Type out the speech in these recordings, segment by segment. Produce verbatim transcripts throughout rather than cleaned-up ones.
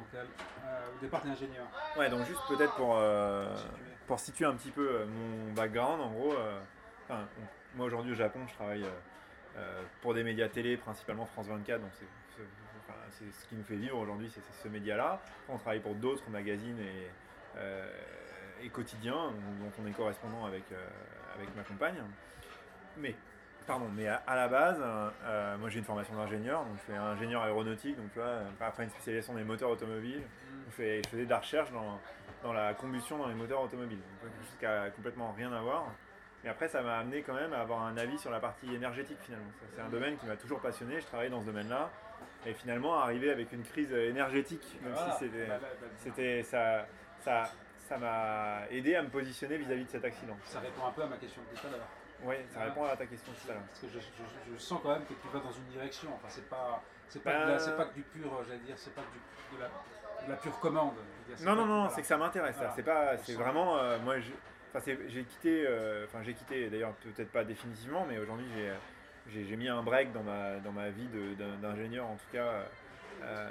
quel euh, Au départ, tu es ingénieur. Ouais, donc juste peut-être pour, euh, pour situer un petit peu euh, mon background, en gros, euh, enfin, on- moi aujourd'hui au Japon, je travaille euh, euh, pour des médias télé, principalement France vingt-quatre, donc c'est, c'est- enfin, c'est ce qui nous fait vivre aujourd'hui, c'est, c'est ce média-là. Après, on travaille pour d'autres magazines et, euh, et quotidiens, dont on est correspondant avec, euh, avec ma compagne. Mais, pardon, mais à, à la base, euh, moi j'ai une formation d'ingénieur, donc je fais ingénieur aéronautique, donc tu vois, après une spécialisation des moteurs automobiles, je, fais, je faisais de la recherche dans, dans la combustion dans les moteurs automobiles, donc quelque chose qui a complètement rien à voir. Mais après, ça m'a amené quand même à avoir un avis sur la partie énergétique finalement. Ça, c'est un domaine qui m'a toujours passionné, je travaillais dans ce domaine-là, et finalement arrivé avec une crise énergétique, même Voilà. si c'était, Bah, bah, bah, c'était ça, ça, ça m'a aidé à me positionner vis-à-vis de cet accident. Ça répond un peu à ma question de tout à l'heure. Oui, ça répond à ta question tout à l'heure. Parce que je, je, je sens quand même que tu vas dans une direction. Enfin, c'est pas, c'est pas, Ben... de la, c'est pas que du pur, j'allais dire, c'est pas que du, de, la, de la pure commande. Je veux dire, non, non, que, non, voilà. c'est que ça m'intéresse. Voilà. Ça. C'est pas, c'est vraiment, euh, moi, j'ai, enfin, c'est, j'ai quitté, euh, enfin, j'ai quitté. D'ailleurs, peut-être pas définitivement, mais aujourd'hui, j'ai, j'ai, j'ai mis un break dans ma, dans ma vie de, d'ingénieur, en tout cas. Euh,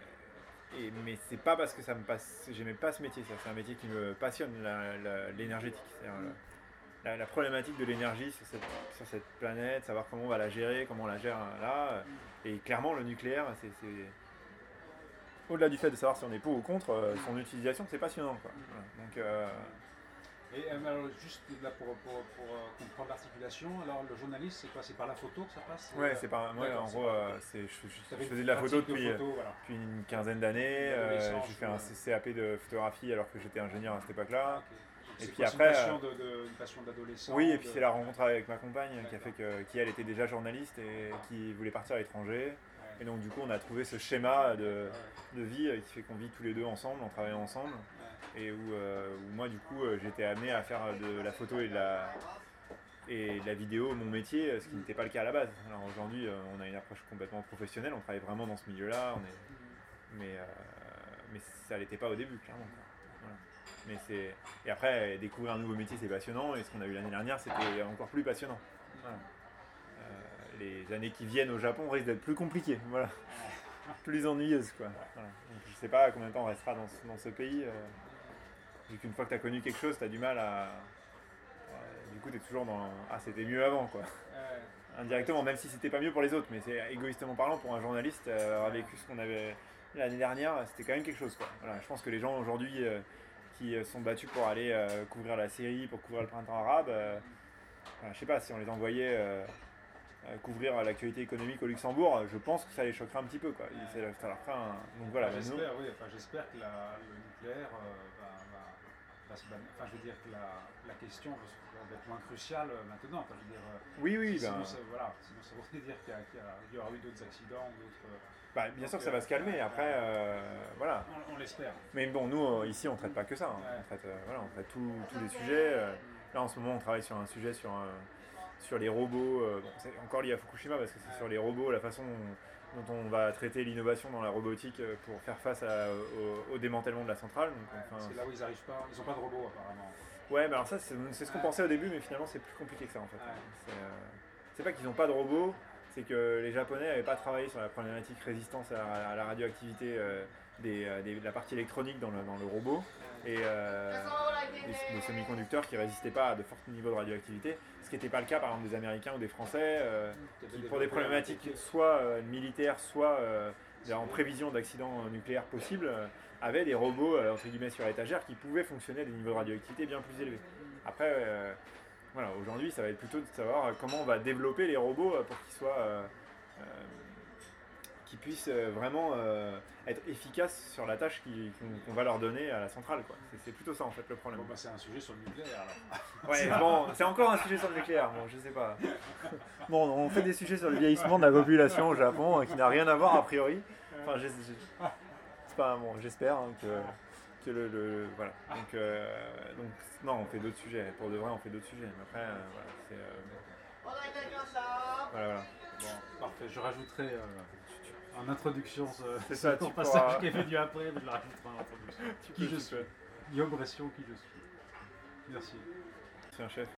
et, mais c'est pas parce que ça me passe, j'aimais pas ce métier. Ça. C'est un métier qui me passionne, la, la, l'énergétique. C'est-à-dire, mm. La, la problématique de l'énergie sur cette, sur cette planète, savoir comment on va la gérer, comment on la gère là. Et clairement, le nucléaire, c'est, c'est... au-delà du fait de savoir si on est pour ou contre, son utilisation, c'est passionnant. Quoi. Voilà. Donc, euh... Et alors, juste là pour, pour, pour euh, comprendre l'articulation, alors le journaliste, c'est quoi? C'est par la photo que ça passe? Ouais, c'est par moi, en gros, euh, c'est, je, je, je faisais de la photo depuis, de photo, voilà. depuis une quinzaine d'années. Euh, j'ai fait un C A P de photographie alors que j'étais ingénieur à cette époque-là. Okay. Et c'est puis quoi, après, une passion, de, de, une passion d'adolescent. Oui, et puis de... c'est la rencontre avec ma compagne qui a fait que, qui elle était déjà journaliste et qui voulait partir à l'étranger. Ouais. Et donc du coup, on a trouvé ce schéma de, de vie qui fait qu'on vit tous les deux ensemble, on travaille ensemble, ouais. Et où, euh, où moi du coup, j'étais amené à faire de la photo et de la, et de la vidéo mon métier, ce qui n'était pas le cas à la base. Alors aujourd'hui, on a une approche complètement professionnelle, on travaille vraiment dans ce milieu-là, on est, mais, euh, mais ça l'était pas au début, clairement. Voilà. Mais c'est... Et après, découvrir un nouveau métier, c'est passionnant. Et ce qu'on a eu l'année dernière, c'était encore plus passionnant. Voilà. Euh, les années qui viennent au Japon risquent d'être plus compliquées. Voilà. Plus ennuyeuses. Quoi. Voilà. Donc, je ne sais pas combien de temps on restera dans ce, dans ce pays. Euh, vu qu'une fois que tu as connu quelque chose, tu as du mal à... Euh, du coup, tu es toujours dans... Ah, c'était mieux avant. Quoi. Indirectement, même si c'était pas mieux pour les autres. Mais c'est égoïstement parlant, pour un journaliste, euh, avoir vécu ce qu'on avait l'année dernière, c'était quand même quelque chose. Quoi. Voilà. Je pense que les gens aujourd'hui... Euh, qui sont battus pour aller euh, couvrir la Syrie, pour couvrir le printemps arabe. Euh, enfin, je sais pas, si on les envoyait euh, euh, couvrir l'actualité économique au Luxembourg, je pense que ça les choquerait un petit peu. Quoi. Ça leur ferait un... Donc voilà. Enfin, j'espère, oui, enfin, j'espère que la, le nucléaire euh, va, va, va se... Enfin, je veux dire que la, la question va être moins cruciale maintenant. Enfin, je veux dire, oui, oui. Sinon, ben... ça, voilà, sinon ça voudrait dire qu'il y, a, qu'il y, a, il y aura eu d'autres accidents, d'autres... Bah, bien sûr que ça va se calmer, après, euh, voilà. On, on l'espère. Mais bon, nous, ici, on ne traite pas que ça. Hein. Ouais. On traite, euh, voilà, on traite tout, tous les sujets. Euh, là, en ce moment, on travaille sur un sujet sur, euh, sur les robots. Euh, bon, c'est encore lié à Fukushima, parce que c'est sur les robots, la façon dont, dont on va traiter l'innovation dans la robotique pour faire face à, au, au démantèlement de la centrale. Donc, enfin, c'est là où ils n'arrivent pas, ils n'ont pas de robots, apparemment. Ouais, mais alors ça, c'est, c'est ce qu'on pensait au début, mais finalement, c'est plus compliqué que ça, en fait. Ouais. C'est, euh, c'est pas qu'ils n'ont pas de robots, c'est que les Japonais n'avaient pas travaillé sur la problématique résistance à, à la radioactivité euh, des, des, de la partie électronique dans le, dans le robot et euh, des, des semi-conducteurs qui ne résistaient pas à de forts niveaux de radioactivité, ce qui n'était pas le cas par exemple des Américains ou des Français euh, qui pour des problématiques soit euh, militaires, soit euh, en prévision d'accidents nucléaires possibles, euh, avaient des robots euh, entre guillemets sur étagère qui pouvaient fonctionner à des niveaux de radioactivité bien plus élevés. Après, euh, voilà, aujourd'hui, ça va être plutôt de savoir comment on va développer les robots pour qu'ils soient, euh, euh, qu'ils puissent vraiment euh, être efficaces sur la tâche qui, qu'on, qu'on va leur donner à la centrale, quoi. C'est, c'est plutôt ça en fait le problème. Bon, bah, c'est un sujet sur le nucléaire alors. Ouais, bon, c'est encore un sujet sur le nucléaire. Bon, je sais pas. Bon, on fait des sujets sur le vieillissement de la population au Japon hein, qui n'a rien à voir a priori. Enfin, j'ai, j'ai, c'est pas bon, j'espère hein, que. Que le, le, voilà. Donc, euh, donc, non, on fait d'autres sujets. Pour de vrai, on fait d'autres sujets. Mais après, euh, voilà, c'est. Euh... Voilà, voilà. Bon, parfait. Je rajouterai euh, en introduction ce, c'est ça, ce tu passage pourras... qui est venu après, mais je le rajouterai en introduction. tu qui peux, je tu suis peux. Guillaume Bression, qui je suis. Merci. C'est un chef.